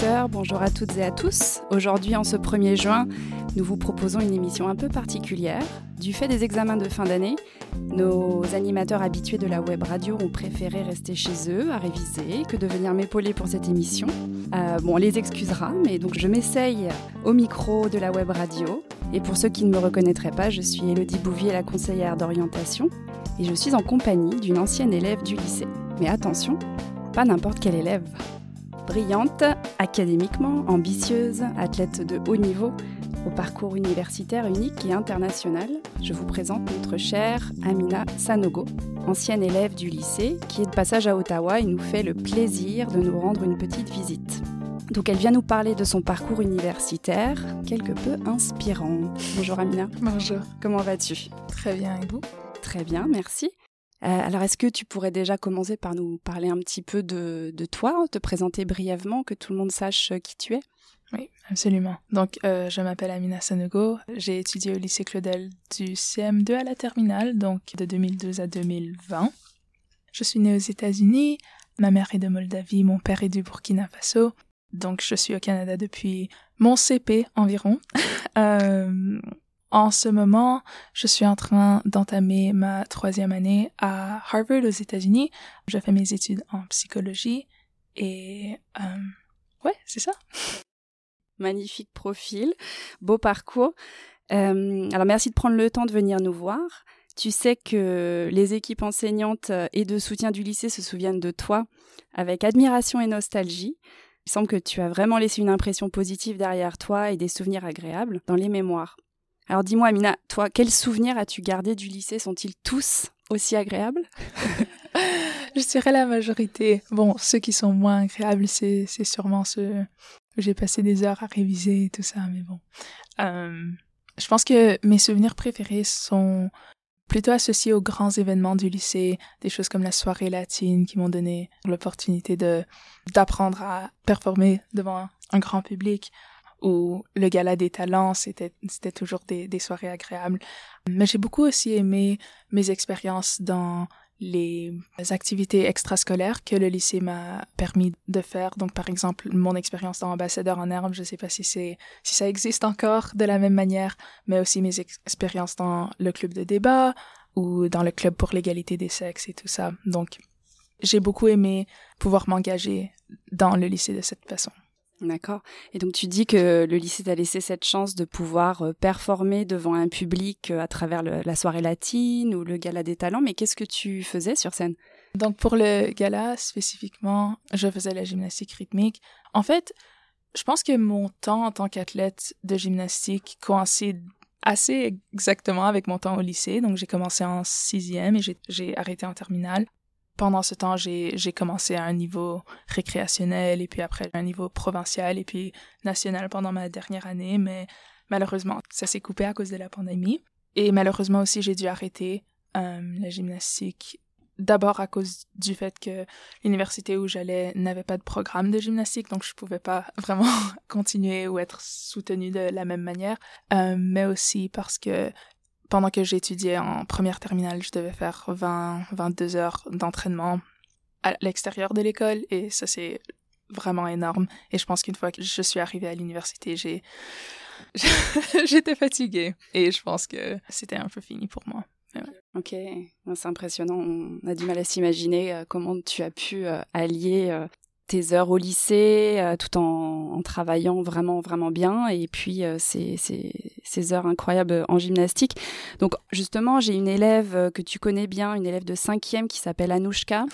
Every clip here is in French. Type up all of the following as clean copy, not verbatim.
auditeurs, bonjour à toutes et à tous. Aujourd'hui, en ce 1er juin, nous vous proposons une émission un peu particulière. Du fait des examens de fin d'année, nos animateurs habitués de la web radio ont préféré rester chez eux à réviser que de venir m'épauler pour cette émission. On les excusera, mais donc je m'essaye au micro de la web radio. Et pour ceux qui ne me reconnaîtraient pas, je suis Élodie Bouvier, la conseillère d'orientation, et je suis en compagnie d'une ancienne élève du lycée. Mais attention, pas n'importe quelle élève. Brillante, académiquement, ambitieuse, athlète de haut niveau, au parcours universitaire unique et international, je vous présente notre chère Amina Sanogo, ancienne élève du lycée, qui est de passage à Ottawa et nous fait le plaisir de nous rendre une petite visite. Donc elle vient nous parler de son parcours universitaire, quelque peu inspirant. Bonjour Amina. Bonjour. Comment vas-tu ? Très bien, et vous ? Très bien, merci. Alors, est-ce que tu pourrais déjà commencer par nous parler un petit peu de toi, te présenter brièvement, que tout le monde sache qui tu es ? Oui, absolument. Donc, je m'appelle Amina Sanogo. J'ai étudié au lycée Claudel du CM2 à la terminale, donc de 2012 à 2020. Je suis née aux États-Unis. Ma mère est de Moldavie, mon père est du Burkina Faso. Donc, je suis au Canada depuis mon CP environ. En ce moment, je suis en train d'entamer ma 3e année à Harvard aux États-Unis. Je fais mes études en psychologie et ouais, c'est ça. Magnifique profil, beau parcours. Alors merci de prendre le temps de venir nous voir. Tu sais que les équipes enseignantes et de soutien du lycée se souviennent de toi avec admiration et nostalgie. Il semble que tu as vraiment laissé une impression positive derrière toi et des souvenirs agréables dans les mémoires. Alors dis-moi Amina, toi, quels souvenirs as-tu gardés du lycée ? Sont-ils tous aussi agréables ? Je dirais la majorité. Bon, ceux qui sont moins agréables, c'est sûrement ceux où j'ai passé des heures à réviser et tout ça, mais bon. Je pense que mes souvenirs préférés sont plutôt associés aux grands événements du lycée, des choses comme la soirée latine qui m'ont donné l'opportunité d'apprendre à performer devant un grand public, ou le gala des talents, c'était toujours des soirées agréables. Mais j'ai beaucoup aussi aimé mes expériences dans les activités extrascolaires que le lycée m'a permis de faire. Donc, par exemple, mon expérience dans Ambassadeur en herbe, je ne sais pas si ça existe encore de la même manière, mais aussi mes expériences dans le club de débat ou dans le club pour l'égalité des sexes et tout ça. Donc, j'ai beaucoup aimé pouvoir m'engager dans le lycée de cette façon. D'accord. Et donc tu dis que le lycée t'a laissé cette chance de pouvoir performer devant un public à travers la soirée latine ou le gala des talents, mais qu'est-ce que tu faisais sur scène ? Donc pour le gala spécifiquement, je faisais la gymnastique rythmique. En fait, je pense que mon temps en tant qu'athlète de gymnastique coïncide assez exactement avec mon temps au lycée. Donc j'ai commencé en 6e et j'ai arrêté en terminale. Pendant ce temps, j'ai commencé à un niveau récréationnel et puis après un niveau provincial et puis national pendant ma dernière année, mais malheureusement, ça s'est coupé à cause de la pandémie. Et malheureusement aussi, j'ai dû arrêter la gymnastique, d'abord à cause du fait que l'université où j'allais n'avait pas de programme de gymnastique, donc je pouvais pas vraiment continuer ou être soutenue de la même manière, mais aussi parce que pendant que j'étudiais en première terminale, je devais faire 22 heures d'entraînement à l'extérieur de l'école et ça, c'est vraiment énorme. Et je pense qu'une fois que je suis arrivée à l'université, j'étais fatiguée et je pense que c'était un peu fini pour moi. Ouais. Ok, c'est impressionnant. On a du mal à s'imaginer comment tu as pu allier tes heures au lycée tout en travaillant vraiment, vraiment bien et puis ces heures incroyables en gymnastique. Donc justement, j'ai une élève que tu connais bien, une élève de 5e qui s'appelle Anouchka,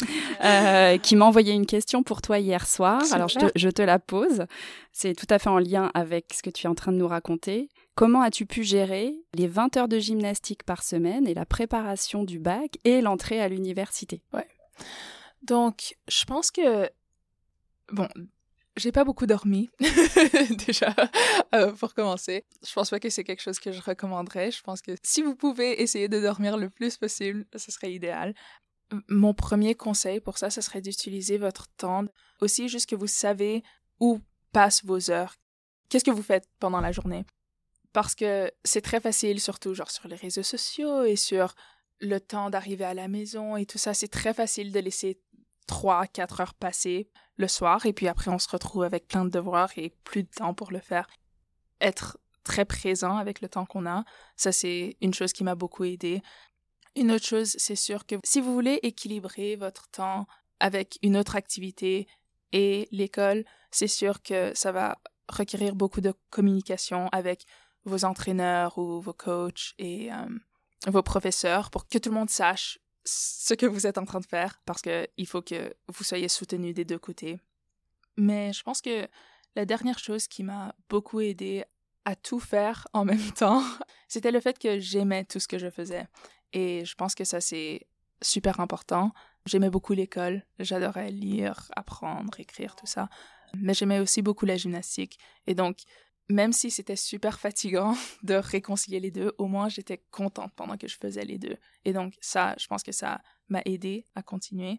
qui m'a envoyé une question pour toi hier soir. Super. Alors je te la pose. C'est tout à fait en lien avec ce que tu es en train de nous raconter. Comment as-tu pu gérer les 20 heures de gymnastique par semaine et la préparation du bac et l'entrée à l'université ? Ouais. Donc, je pense que bon, j'ai pas beaucoup dormi, déjà, pour commencer. Je pense pas que c'est quelque chose que je recommanderais. Je pense que si vous pouvez essayer de dormir le plus possible, ce serait idéal. Mon premier conseil pour ça, ce serait d'utiliser votre temps. Aussi, juste que vous savez où passent vos heures. Qu'est-ce que vous faites pendant la journée? Parce que c'est très facile, surtout genre sur les réseaux sociaux et sur le temps d'arriver à la maison et tout ça, c'est très facile de laisser 3-4 heures passées le soir, et puis après on se retrouve avec plein de devoirs et plus de temps pour le faire. Être très présent avec le temps qu'on a, ça c'est une chose qui m'a beaucoup aidée. Une autre chose, c'est sûr que si vous voulez équilibrer votre temps avec une autre activité et l'école, c'est sûr que ça va requérir beaucoup de communication avec vos entraîneurs ou vos coachs et vos professeurs pour que tout le monde sache ce que vous êtes en train de faire, parce qu'il faut que vous soyez soutenus des deux côtés. Mais je pense que la dernière chose qui m'a beaucoup aidée à tout faire en même temps, c'était le fait que j'aimais tout ce que je faisais. Et je pense que ça, c'est super important. J'aimais beaucoup l'école, j'adorais lire, apprendre, écrire, tout ça. Mais j'aimais aussi beaucoup la gymnastique. Et donc, même si c'était super fatigant de réconcilier les deux, au moins j'étais contente pendant que je faisais les deux. Et donc ça, je pense que ça m'a aidée à continuer.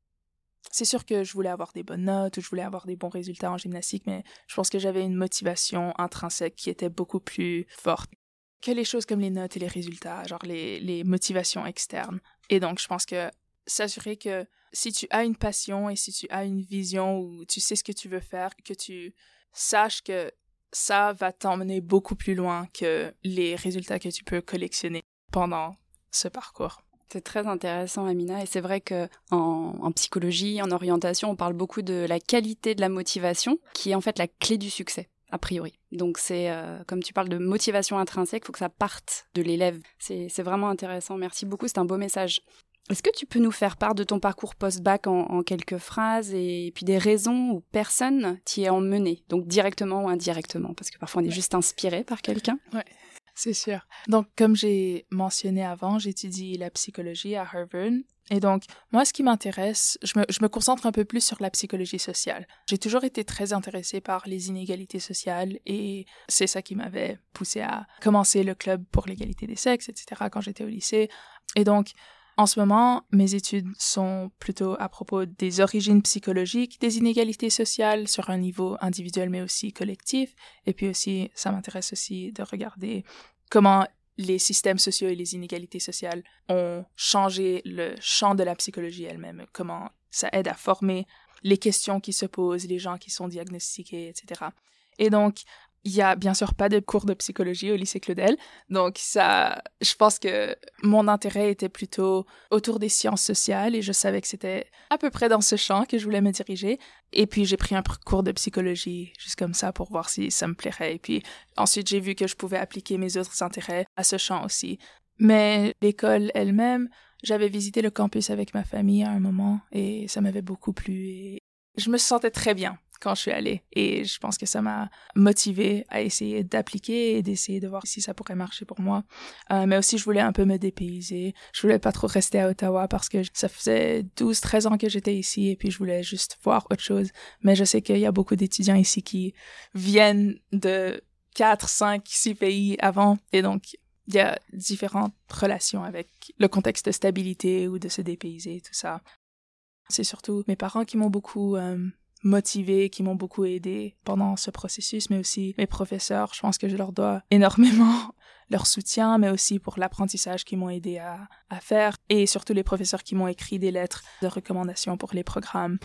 C'est sûr que je voulais avoir des bonnes notes ou je voulais avoir des bons résultats en gymnastique, mais je pense que j'avais une motivation intrinsèque qui était beaucoup plus forte que les choses comme les notes et les résultats, genre les motivations externes. Et donc je pense que s'assurer que si tu as une passion et si tu as une vision ou tu sais ce que tu veux faire, que tu saches que ça va t'emmener beaucoup plus loin que les résultats que tu peux collectionner pendant ce parcours. C'est très intéressant, Amina, et c'est vrai qu'en psychologie, en orientation, on parle beaucoup de la qualité de la motivation, qui est en fait la clé du succès, a priori. Donc c'est, comme tu parles de motivation intrinsèque, il faut que ça parte de l'élève. C'est vraiment intéressant, merci beaucoup, c'est un beau message. Est-ce que tu peux nous faire part de ton parcours post-bac en quelques phrases et puis des raisons ou personnes t'y aient emmené, donc directement ou indirectement, parce que parfois on est juste inspiré par quelqu'un. Ouais, c'est sûr. Donc, comme j'ai mentionné avant, j'étudie la psychologie à Harvard. Et donc, moi, ce qui m'intéresse, je me concentre un peu plus sur la psychologie sociale. J'ai toujours été très intéressée par les inégalités sociales et c'est ça qui m'avait poussée à commencer le club pour l'égalité des sexes, etc., quand j'étais au lycée. Et donc, en ce moment, mes études sont plutôt à propos des origines psychologiques des inégalités sociales sur un niveau individuel mais aussi collectif. Et puis aussi, ça m'intéresse aussi de regarder comment les systèmes sociaux et les inégalités sociales ont changé le champ de la psychologie elle-même, comment ça aide à former les questions qui se posent, les gens qui sont diagnostiqués, etc. Et donc, il y a bien sûr pas de cours de psychologie au lycée Claudel, donc ça, je pense que mon intérêt était plutôt autour des sciences sociales et je savais que c'était à peu près dans ce champ que je voulais me diriger. Et puis j'ai pris un cours de psychologie juste comme ça pour voir si ça me plairait. Et puis ensuite j'ai vu que je pouvais appliquer mes autres intérêts à ce champ aussi. Mais l'école elle-même, j'avais visité le campus avec ma famille à un moment et ça m'avait beaucoup plu et je me sentais très bien quand je suis allée. Et je pense que ça m'a motivée à essayer d'appliquer et d'essayer de voir si ça pourrait marcher pour moi. Mais aussi, je voulais un peu me dépayser. Je voulais pas trop rester à Ottawa parce que ça faisait 12-13 ans que j'étais ici et puis je voulais juste voir autre chose. Mais je sais qu'il y a beaucoup d'étudiants ici qui viennent de 4, 5, 6 pays avant. Et donc, il y a différentes relations avec le contexte de stabilité ou de se dépayser, tout ça. C'est surtout mes parents qui m'ont beaucoup motivée, qui m'ont beaucoup aidée pendant ce processus, mais aussi mes professeurs. Je pense que je leur dois énormément leur soutien, mais aussi pour l'apprentissage qu'ils m'ont aidé à faire, et surtout les professeurs qui m'ont écrit des lettres de recommandation pour les programmes.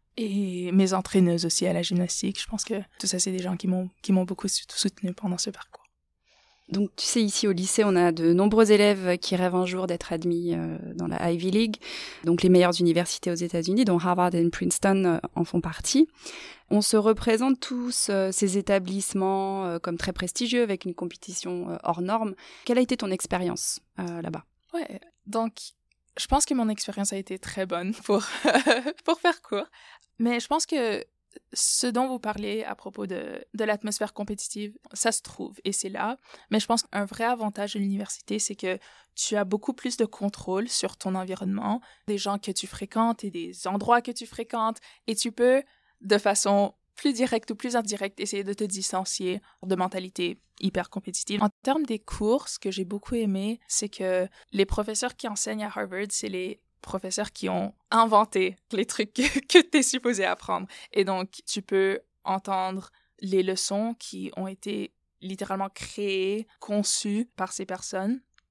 Et mes entraîneuses aussi à la gymnastique. Je pense que tout ça, c'est des gens qui m'ont beaucoup soutenu pendant ce parcours. Donc, tu sais, ici au lycée, on a de nombreux élèves qui rêvent un jour d'être admis dans la Ivy League, donc les meilleures universités aux États-Unis, dont Harvard et Princeton en font partie. On se représente tous ces établissements comme très prestigieux, avec une compétition hors norme. Quelle a été ton expérience là-bas? Ouais, donc je pense que mon expérience a été très bonne pour faire court. Mais je pense que ce dont vous parlez à propos de l'atmosphère compétitive, ça se trouve et c'est là. Mais je pense qu'un vrai avantage de l'université, c'est que tu as beaucoup plus de contrôle sur ton environnement, des gens que tu fréquentes et des endroits que tu fréquentes. Et tu peux, de façon plus directe ou plus indirecte, essayer de te distancier de mentalité hyper compétitive. En termes des cours, ce que j'ai beaucoup aimé, c'est que les professeurs qui enseignent à Harvard, c'est les professeurs qui ont inventé les trucs que tu es supposé apprendre. Et donc, tu peux entendre les leçons qui ont été littéralement créées, conçues par ces personnes.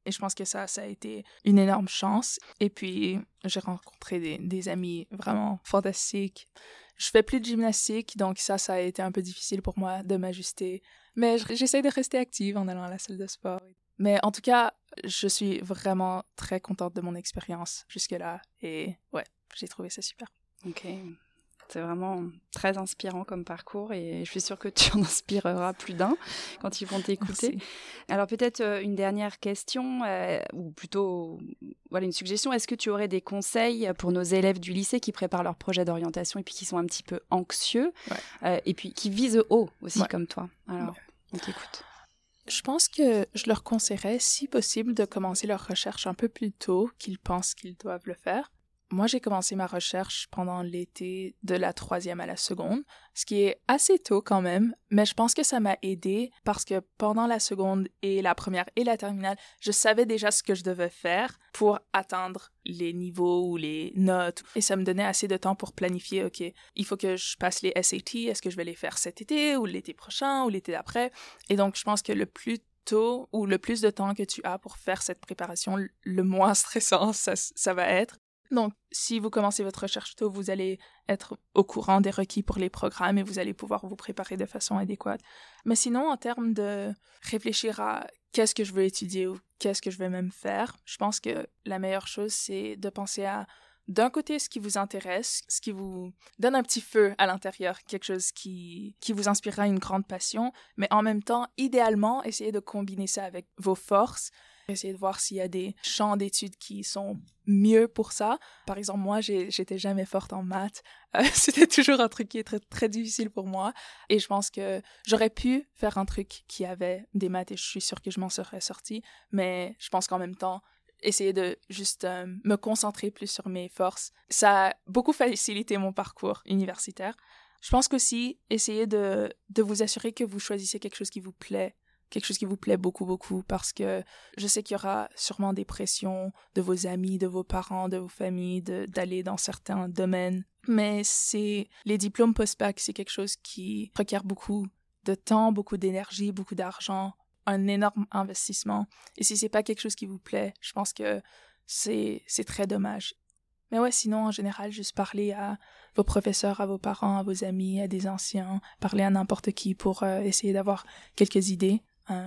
Et je pense que ça a été une énorme chance. Et puis, j'ai rencontré des amis vraiment fantastiques. Je fais plus de gymnastique, donc ça a été un peu difficile pour moi de m'ajuster. Mais j'essaie de rester active en allant à la salle de sport. Mais en tout cas, je suis vraiment très contente de mon expérience jusque-là. Et ouais, j'ai trouvé ça super. Ok. C'est vraiment très inspirant comme parcours et je suis sûre que tu en inspireras plus d'un quand ils vont t'écouter. Merci. Alors peut-être une dernière question, ou plutôt une suggestion. Est-ce que tu aurais des conseils pour nos élèves du lycée qui préparent leur projet d'orientation et puis qui sont un petit peu anxieux et puis qui visent haut aussi comme toi? Alors, on t'écoute. Je pense que je leur conseillerais, si possible, de commencer leur recherche un peu plus tôt qu'ils pensent qu'ils doivent le faire. Moi, j'ai commencé ma recherche pendant l'été de la 3e à la seconde, ce qui est assez tôt quand même, mais je pense que ça m'a aidée parce que pendant la seconde et la première et la terminale, je savais déjà ce que je devais faire pour atteindre les niveaux ou les notes. Et ça me donnait assez de temps pour planifier, OK, il faut que je passe les SAT, est-ce que je vais les faire cet été ou l'été prochain ou l'été d'après? Et donc, je pense que le plus tôt ou le plus de temps que tu as pour faire cette préparation, le moins stressant ça va être. Donc, si vous commencez votre recherche tôt, vous allez être au courant des requis pour les programmes et vous allez pouvoir vous préparer de façon adéquate. Mais sinon, en termes de réfléchir à qu'est-ce que je veux étudier ou qu'est-ce que je vais même faire, je pense que la meilleure chose, c'est de penser à, d'un côté, ce qui vous intéresse, ce qui vous donne un petit feu à l'intérieur, quelque chose qui vous inspirera une grande passion, mais en même temps, idéalement, essayez de combiner ça avec vos forces. Essayer de voir s'il y a des champs d'études qui sont mieux pour ça. Par exemple, moi, j'étais jamais forte en maths. C'était toujours un truc qui est très, très difficile pour moi. Et je pense que j'aurais pu faire un truc qui avait des maths et je suis sûre que je m'en serais sortie. Mais je pense qu'en même temps, essayer de juste me concentrer plus sur mes forces, ça a beaucoup facilité mon parcours universitaire. Je pense qu'aussi, essayez de vous assurer que vous choisissez quelque chose qui vous plaît. Quelque chose qui vous plaît beaucoup, beaucoup, parce que je sais qu'il y aura sûrement des pressions de vos amis, de vos parents, de vos familles, d'aller dans certains domaines. Mais les diplômes post-bac, c'est quelque chose qui requiert beaucoup de temps, beaucoup d'énergie, beaucoup d'argent, un énorme investissement. Et si c'est pas quelque chose qui vous plaît, je pense que c'est très dommage. Mais ouais, sinon, en général, juste parler à vos professeurs, à vos parents, à vos amis, à des anciens, parler à n'importe qui pour essayer d'avoir quelques idées.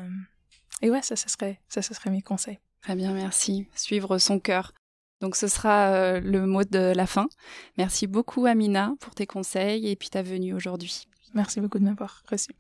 Et ouais, ça serait mes conseils. Très bien, merci. Suivre son cœur. Donc ce sera le mot de la fin. Merci beaucoup Amina pour tes conseils et puis ta venue aujourd'hui. Merci beaucoup de m'avoir reçue.